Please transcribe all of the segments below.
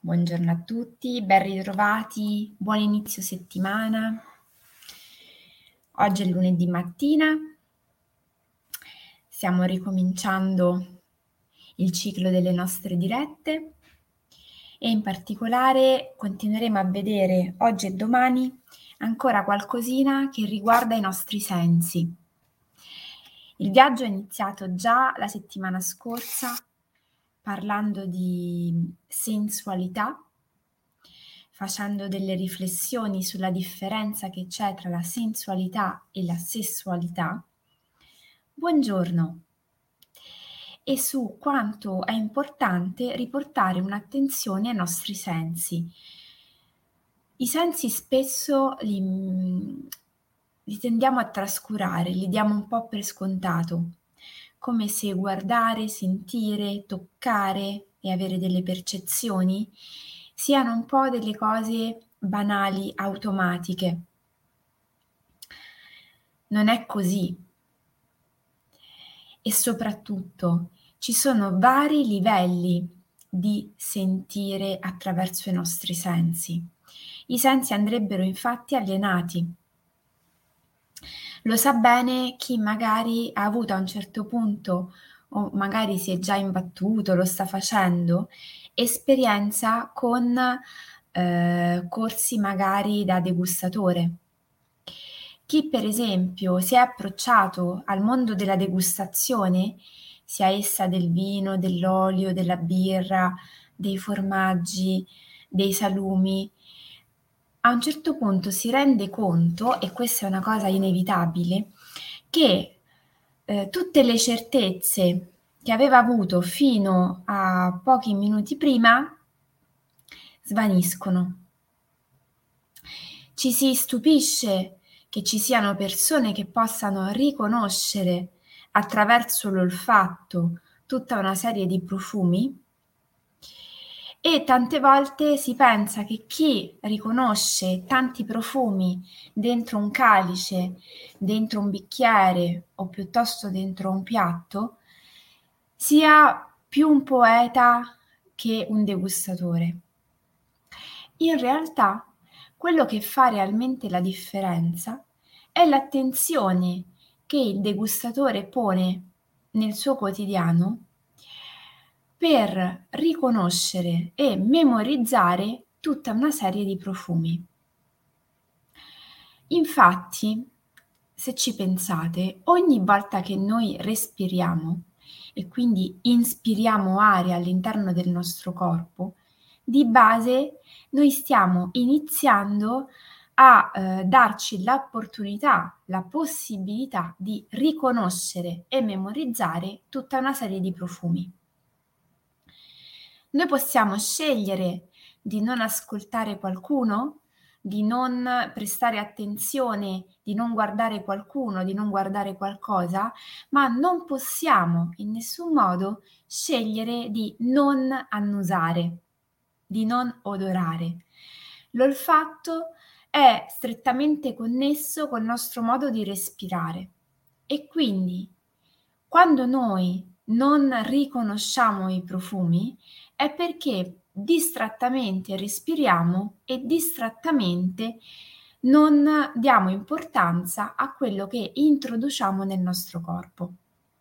Buongiorno a tutti, ben ritrovati, buon inizio settimana. Oggi è lunedì mattina, stiamo ricominciando il ciclo delle nostre dirette e in particolare continueremo a vedere oggi e domani ancora qualcosina che riguarda i nostri sensi. Il viaggio è iniziato già la settimana scorsa parlando di sensualità, facendo delle riflessioni sulla differenza che c'è tra la sensualità e la sessualità. Buongiorno! E su quanto è importante riportare un'attenzione ai nostri sensi. I sensi spesso li tendiamo a trascurare, li diamo un po' per scontato, come se guardare, sentire, toccare e avere delle percezioni siano un po' delle cose banali, automatiche. Non è così. E soprattutto ci sono vari livelli di sentire attraverso i nostri sensi. I sensi andrebbero infatti allenati. Lo sa bene chi magari ha avuto a un certo punto, o magari si è già imbattuto, lo sta facendo, esperienza con corsi magari da degustatore. Chi per esempio si è approcciato al mondo della degustazione, sia essa del vino, dell'olio, della birra, dei formaggi, dei salumi, a un certo punto si rende conto, e questa è una cosa inevitabile, che tutte le certezze che aveva avuto fino a pochi minuti prima svaniscono. Ci si stupisce che ci siano persone che possano riconoscere attraverso l'olfatto tutta una serie di profumi e tante volte si pensa che chi riconosce tanti profumi dentro un calice, dentro un bicchiere o piuttosto dentro un piatto, sia più un poeta che un degustatore. In realtà, quello che fa realmente la differenza è l'attenzione che il degustatore pone nel suo quotidiano per riconoscere e memorizzare tutta una serie di profumi. Infatti, se ci pensate, ogni volta che noi respiriamo e quindi inspiriamo aria all'interno del nostro corpo, di base noi stiamo iniziando a darci l'opportunità, la possibilità di riconoscere e memorizzare tutta una serie di profumi. Noi possiamo scegliere di non ascoltare qualcuno, di non prestare attenzione, di non guardare qualcuno, di non guardare qualcosa, ma non possiamo in nessun modo scegliere di non annusare, di non odorare. L'olfatto è strettamente connesso col nostro modo di respirare e quindi quando noi non riconosciamo i profumi è perché distrattamente respiriamo e distrattamente non diamo importanza a quello che introduciamo nel nostro corpo.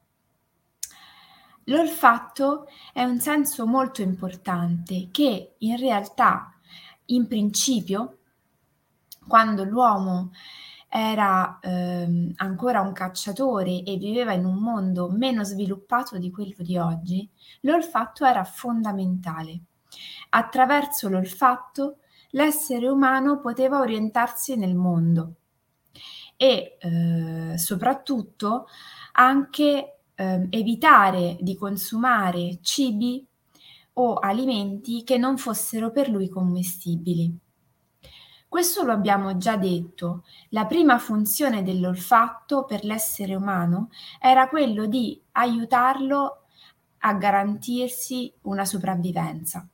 L'olfatto è un senso molto importante che in realtà, in principio, quando l'uomo era ancora un cacciatore e viveva in un mondo meno sviluppato di quello di oggi, l'olfatto era fondamentale. Attraverso l'olfatto l'essere umano poteva orientarsi nel mondo e soprattutto anche evitare di consumare cibi o alimenti che non fossero per lui commestibili. Questo lo abbiamo già detto, la prima funzione dell'olfatto per l'essere umano era quello di aiutarlo a garantirsi una sopravvivenza,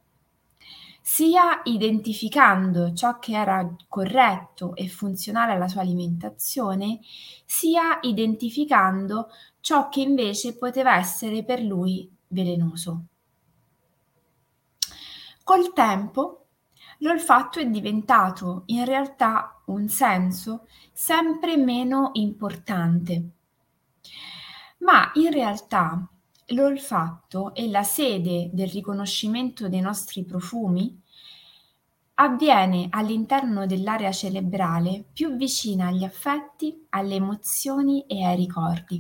sia identificando ciò che era corretto e funzionale alla sua alimentazione, sia identificando ciò che invece poteva essere per lui velenoso. Col tempo l'olfatto è diventato in realtà un senso sempre meno importante, ma in realtà l'olfatto è la sede del riconoscimento dei nostri profumi, avviene all'interno dell'area cerebrale più vicina agli affetti, alle emozioni e ai ricordi.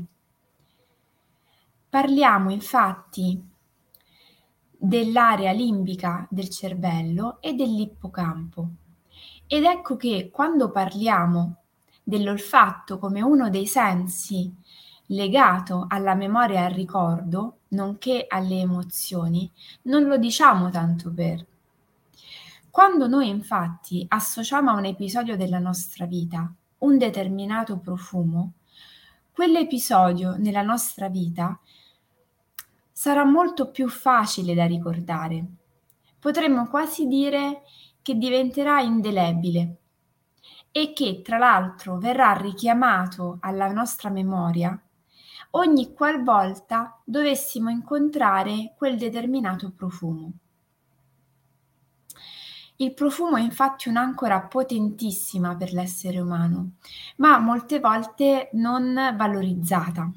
Parliamo infatti dell'area limbica del cervello e dell'ippocampo. Ed ecco che quando parliamo dell'olfatto come uno dei sensi legato alla memoria e al ricordo, nonché alle emozioni, non lo diciamo tanto per. Quando noi infatti associamo a un episodio della nostra vita un determinato profumo, quell'episodio nella nostra vita sarà molto più facile da ricordare. Potremmo quasi dire che diventerà indelebile e che tra l'altro verrà richiamato alla nostra memoria ogni qualvolta dovessimo incontrare quel determinato profumo. Il profumo è infatti un'ancora potentissima per l'essere umano, ma molte volte non valorizzata.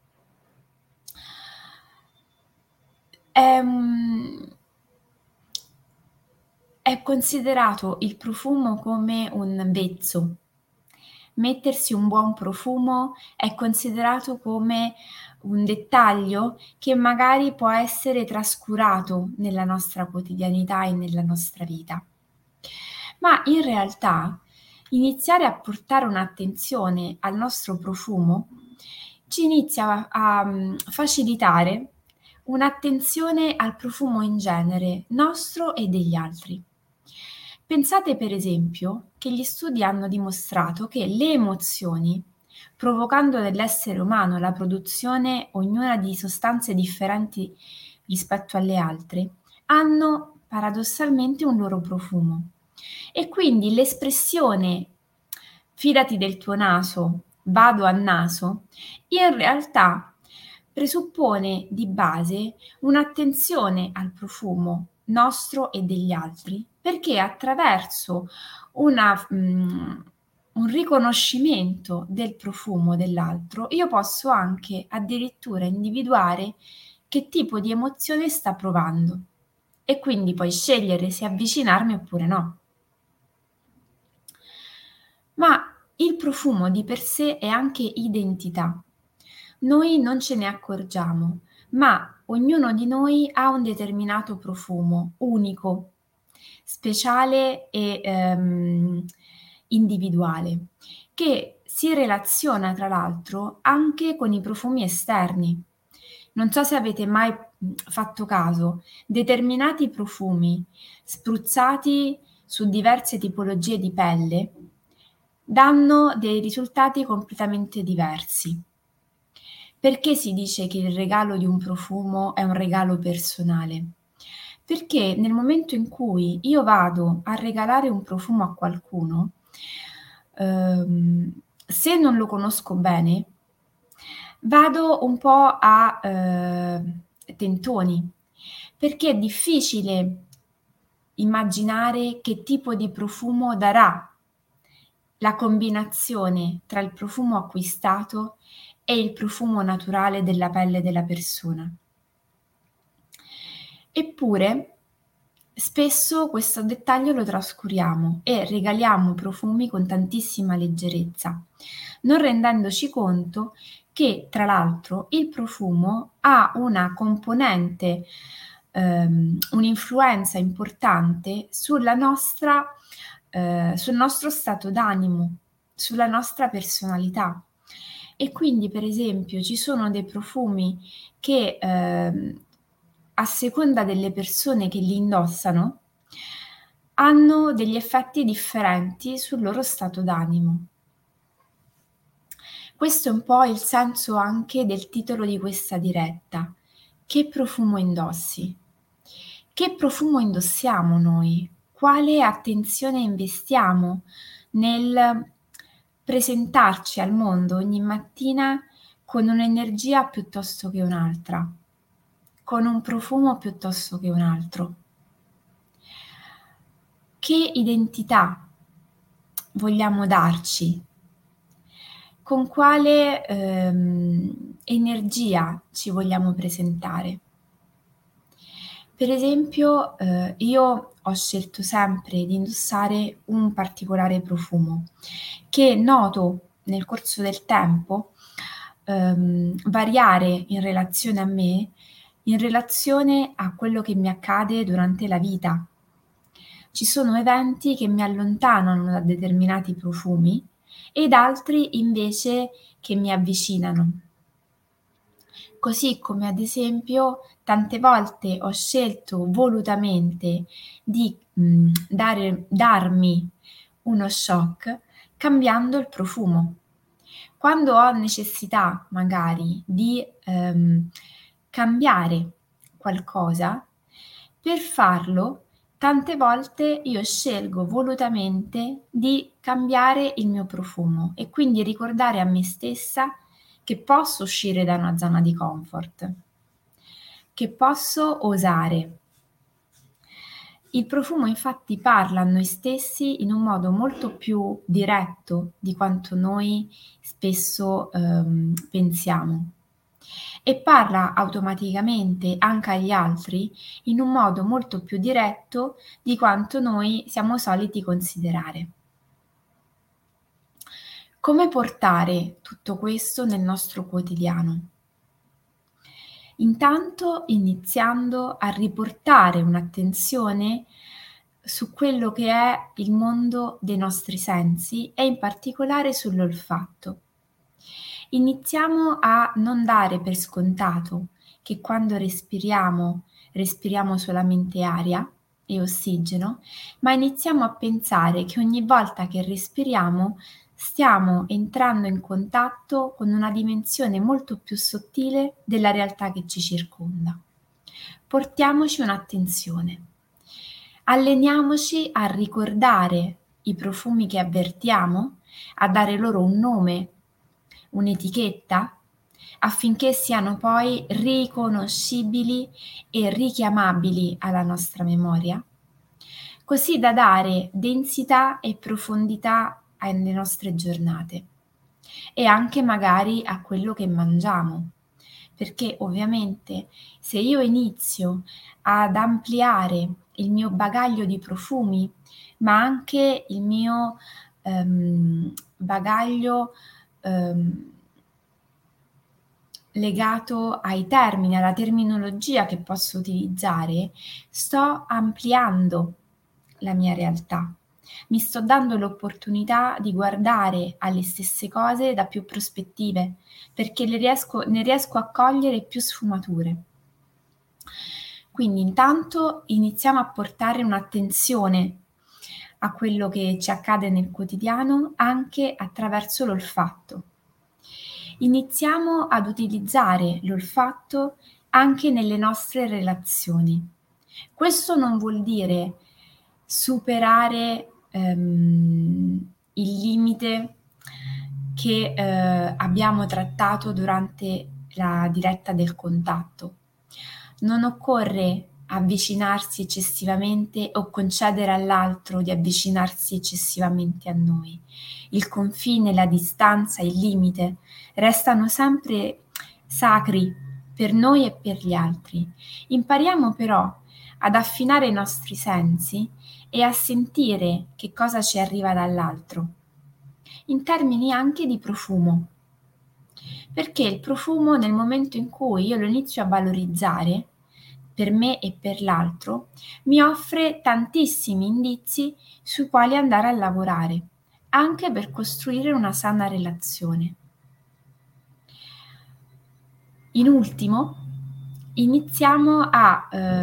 È considerato il profumo come un vezzo. Mettersi un buon profumo è considerato come un dettaglio che magari può essere trascurato nella nostra quotidianità e nella nostra vita. Ma in realtà iniziare a portare un'attenzione al nostro profumo ci inizia a facilitare un'attenzione al profumo in genere, nostro e degli altri. Pensate per esempio che gli studi hanno dimostrato che le emozioni, provocando nell'essere umano la produzione ognuna di sostanze differenti rispetto alle altre, hanno paradossalmente un loro profumo. E quindi l'espressione fidati del tuo naso, vado a naso, in realtà presuppone di base un'attenzione al profumo nostro e degli altri, perché attraverso un riconoscimento del profumo dell'altro, io posso anche addirittura individuare che tipo di emozione sta provando e quindi poi scegliere se avvicinarmi oppure no. Ma il profumo di per sé è anche identità. Noi non ce ne accorgiamo, ma ognuno di noi ha un determinato profumo unico, speciale e individuale, che si relaziona tra l'altro anche con i profumi esterni. Non so se avete mai fatto caso, determinati profumi spruzzati su diverse tipologie di pelle danno dei risultati completamente diversi. Perché si dice che il regalo di un profumo è un regalo personale? Perché nel momento in cui io vado a regalare un profumo a qualcuno, se non lo conosco bene, vado un po' a tentoni, perché è difficile immaginare che tipo di profumo darà la combinazione tra il profumo acquistato e il profumo naturale della pelle della persona. Eppure, spesso questo dettaglio lo trascuriamo e regaliamo profumi con tantissima leggerezza, non rendendoci conto che, tra l'altro, il profumo ha una componente, un'influenza importante sulla nostra sul nostro stato d'animo, sulla nostra personalità. E quindi, per esempio, ci sono dei profumi che, a seconda delle persone che li indossano, hanno degli effetti differenti sul loro stato d'animo. Questo è un po' il senso anche del titolo di questa diretta. Che profumo indossi? Che profumo indossiamo noi? Quale attenzione investiamo nel presentarci al mondo ogni mattina con un'energia piuttosto che un'altra, con un profumo piuttosto che un altro? che identità vogliamo darci, con quale energia ci vogliamo presentare. Per esempio, io ho scelto sempre di indossare un particolare profumo che noto nel corso del tempo, variare in relazione a me, in relazione a quello che mi accade durante la vita. Ci sono eventi che mi allontanano da determinati profumi ed altri invece che mi avvicinano. Così come ad esempio tante volte ho scelto volutamente di darmi uno shock cambiando il profumo. Quando ho necessità magari di cambiare qualcosa, per farlo tante volte io scelgo volutamente di cambiare il mio profumo e quindi ricordare a me stessa che posso uscire da una zona di comfort, che posso osare. Il profumo infatti parla a noi stessi in un modo molto più diretto di quanto noi spesso pensiamo e parla automaticamente anche agli altri in un modo molto più diretto di quanto noi siamo soliti considerare. Come portare tutto questo nel nostro quotidiano? Intanto iniziando a riportare un'attenzione su quello che è il mondo dei nostri sensi e in particolare sull'olfatto. Iniziamo a non dare per scontato che quando respiriamo solamente aria e ossigeno, ma iniziamo a pensare che ogni volta che respiriamo stiamo entrando in contatto con una dimensione molto più sottile della realtà che ci circonda. Portiamoci un'attenzione. Alleniamoci a ricordare i profumi che avvertiamo, a dare loro un nome, un'etichetta, affinché siano poi riconoscibili e richiamabili alla nostra memoria, così da dare densità e profondità alle nostre giornate e anche magari a quello che mangiamo. Perché ovviamente se io inizio ad ampliare il mio bagaglio di profumi, ma anche il mio bagaglio legato ai termini, alla terminologia che posso utilizzare, sto ampliando la mia realtà. Mi sto dando l'opportunità di guardare alle stesse cose da più prospettive, perché ne riesco a cogliere più sfumature. Quindi intanto iniziamo a portare un'attenzione a quello che ci accade nel quotidiano anche attraverso l'olfatto. Iniziamo ad utilizzare l'olfatto anche nelle nostre relazioni. Questo non vuol dire superare il limite che abbiamo trattato durante la diretta del contatto. Non occorre avvicinarsi eccessivamente o concedere all'altro di avvicinarsi eccessivamente a noi. Il confine, la distanza, il limite restano sempre sacri per noi e per gli altri. Impariamo però ad affinare i nostri sensi e a sentire che cosa ci arriva dall'altro, in termini anche di profumo. Perché il profumo, nel momento in cui io lo inizio a valorizzare, per me e per l'altro, mi offre tantissimi indizi sui quali andare a lavorare, anche per costruire una sana relazione. In ultimo, iniziamo a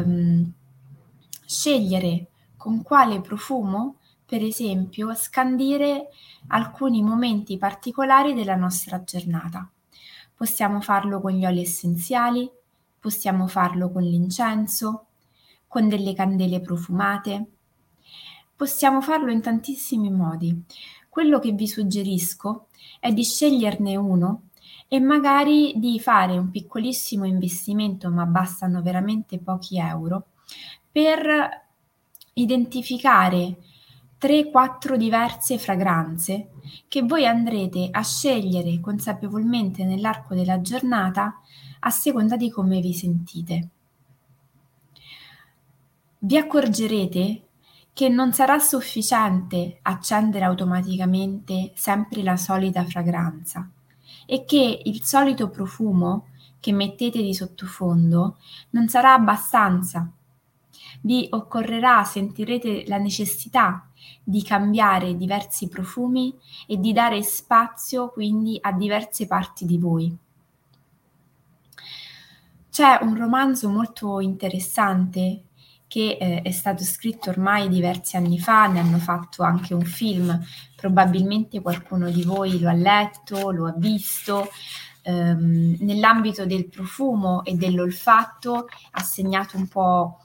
scegliere con quale profumo, per esempio, scandire alcuni momenti particolari della nostra giornata. Possiamo farlo con gli oli essenziali, possiamo farlo con l'incenso, con delle candele profumate. Possiamo farlo in tantissimi modi. Quello che vi suggerisco è di sceglierne uno e magari di fare un piccolissimo investimento, ma bastano veramente pochi euro, per identificare 3-4 diverse fragranze che voi andrete a scegliere consapevolmente nell'arco della giornata a seconda di come vi sentite. Vi accorgerete che non sarà sufficiente accendere automaticamente sempre la solita fragranza e che il solito profumo che mettete di sottofondo non sarà abbastanza. Vi occorrerà, sentirete la necessità di cambiare diversi profumi e di dare spazio quindi a diverse parti di voi. C'è un romanzo molto interessante che è stato scritto ormai diversi anni fa, ne hanno fatto anche un film, probabilmente qualcuno di voi lo ha letto, lo ha visto. Nell'ambito del profumo e dell'olfatto ha segnato un po'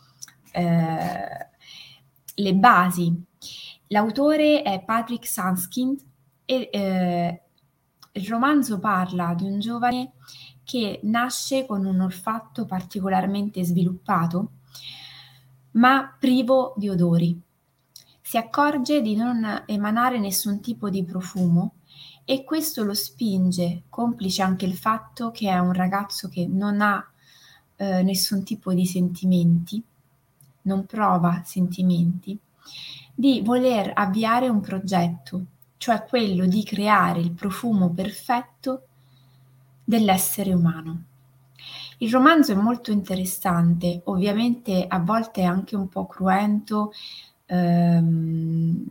le basi. L'autore è Patrick Sunskind e il romanzo parla di un giovane che nasce con un olfatto particolarmente sviluppato, ma privo di odori. Si accorge di non emanare nessun tipo di profumo e questo lo spinge, complice anche il fatto che è un ragazzo che non ha nessun tipo di sentimenti, non prova sentimenti, di voler avviare un progetto, cioè quello di creare il profumo perfetto dell'essere umano. Il romanzo è molto interessante, ovviamente a volte è anche un po' cruento, ehm,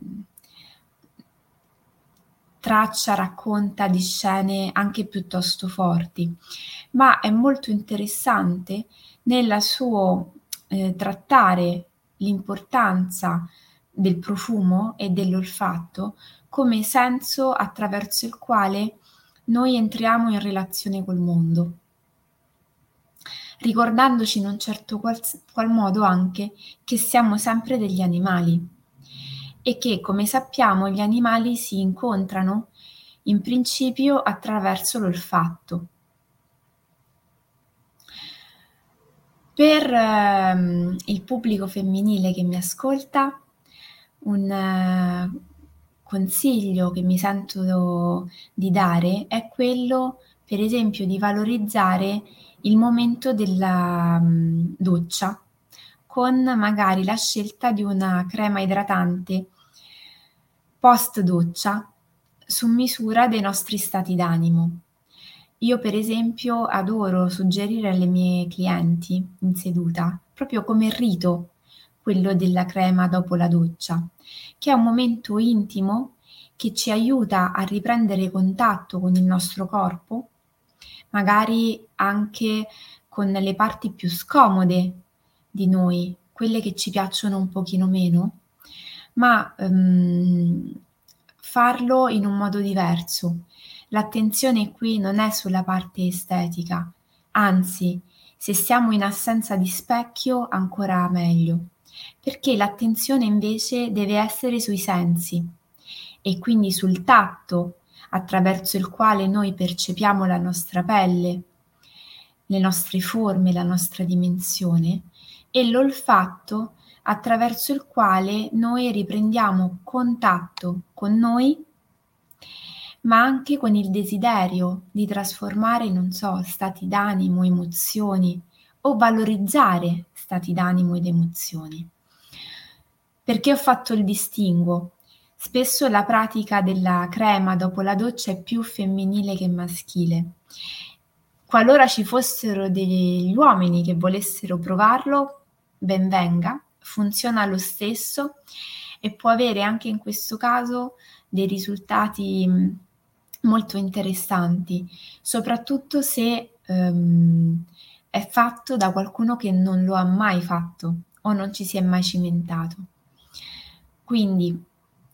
racconta di scene anche piuttosto forti, ma è molto interessante nel suo trattare l'importanza del profumo e dell'olfatto come senso attraverso il quale noi entriamo in relazione col mondo, ricordandoci in un certo qual modo anche che siamo sempre degli animali e che, come sappiamo, gli animali si incontrano in principio attraverso l'olfatto. Per il pubblico femminile che mi ascolta, un consiglio che mi sento di dare è quello, per esempio, di valorizzare il momento della doccia con magari la scelta di una crema idratante post doccia su misura dei nostri stati d'animo. Io per esempio adoro suggerire alle mie clienti in seduta, proprio come rito, quello della crema dopo la doccia, che è un momento intimo che ci aiuta a riprendere contatto con il nostro corpo, magari anche con le parti più scomode di noi, quelle che ci piacciono un pochino meno, ma farlo in un modo diverso. L'attenzione qui non è sulla parte estetica, anzi, se siamo in assenza di specchio ancora meglio, perché l'attenzione invece deve essere sui sensi e quindi sul tatto attraverso il quale noi percepiamo la nostra pelle, le nostre forme, la nostra dimensione e l'olfatto attraverso il quale noi riprendiamo contatto con noi, ma anche con il desiderio di trasformare, non so, stati d'animo, emozioni o valorizzare stati d'animo ed emozioni. Perché ho fatto il distinguo? Spesso la pratica della crema dopo la doccia è più femminile che maschile. Qualora ci fossero degli uomini che volessero provarlo, ben venga, funziona lo stesso e può avere anche in questo caso dei risultati molto interessanti, soprattutto se è fatto da qualcuno che non lo ha mai fatto o non ci si è mai cimentato. Quindi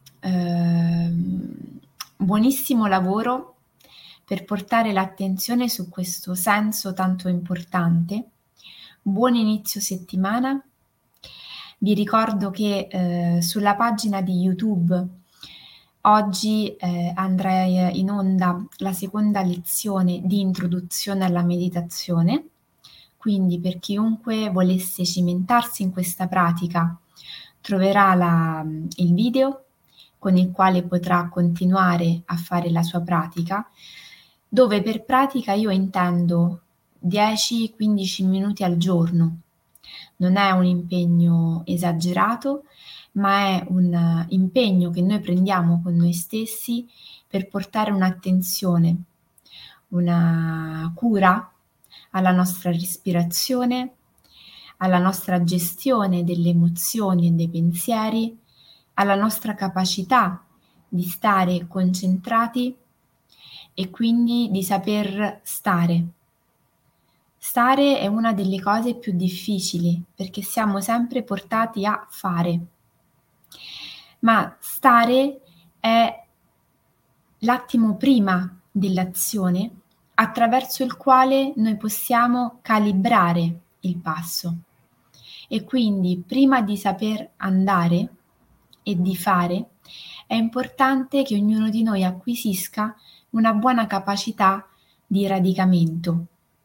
buonissimo lavoro per portare l'attenzione su questo senso tanto importante. Buon inizio settimana. Vi ricordo che sulla pagina di YouTube oggi andrà in onda la seconda lezione di introduzione alla meditazione, quindi per chiunque volesse cimentarsi in questa pratica troverà il video con il quale potrà continuare a fare la sua pratica, dove per pratica io intendo 10-15 minuti al giorno. Non è un impegno esagerato, ma è un impegno che noi prendiamo con noi stessi per portare un'attenzione, una cura alla nostra respirazione, alla nostra gestione delle emozioni e dei pensieri, alla nostra capacità di stare concentrati e quindi di saper stare. Stare è una delle cose più difficili perché siamo sempre portati a fare, ma stare è l'attimo prima dell'azione attraverso il quale noi possiamo calibrare il passo. E quindi prima di saper andare e di fare, è importante che ognuno di noi acquisisca una buona capacità di radicamento,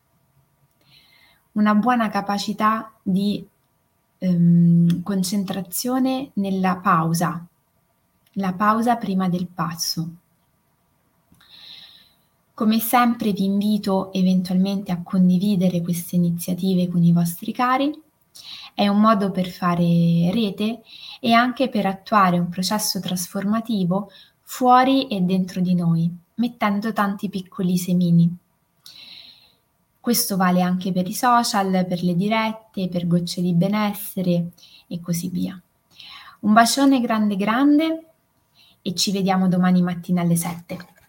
una buona capacità di concentrazione nella pausa, la pausa prima del passo. Come sempre vi invito eventualmente a condividere queste iniziative con i vostri cari. È un modo per fare rete e anche per attuare un processo trasformativo fuori e dentro di noi, mettendo tanti piccoli semini. Questo vale anche per i social, per le dirette, per Gocce di Benessere e così via. Un bacione grande grande e ci vediamo domani mattina alle 7.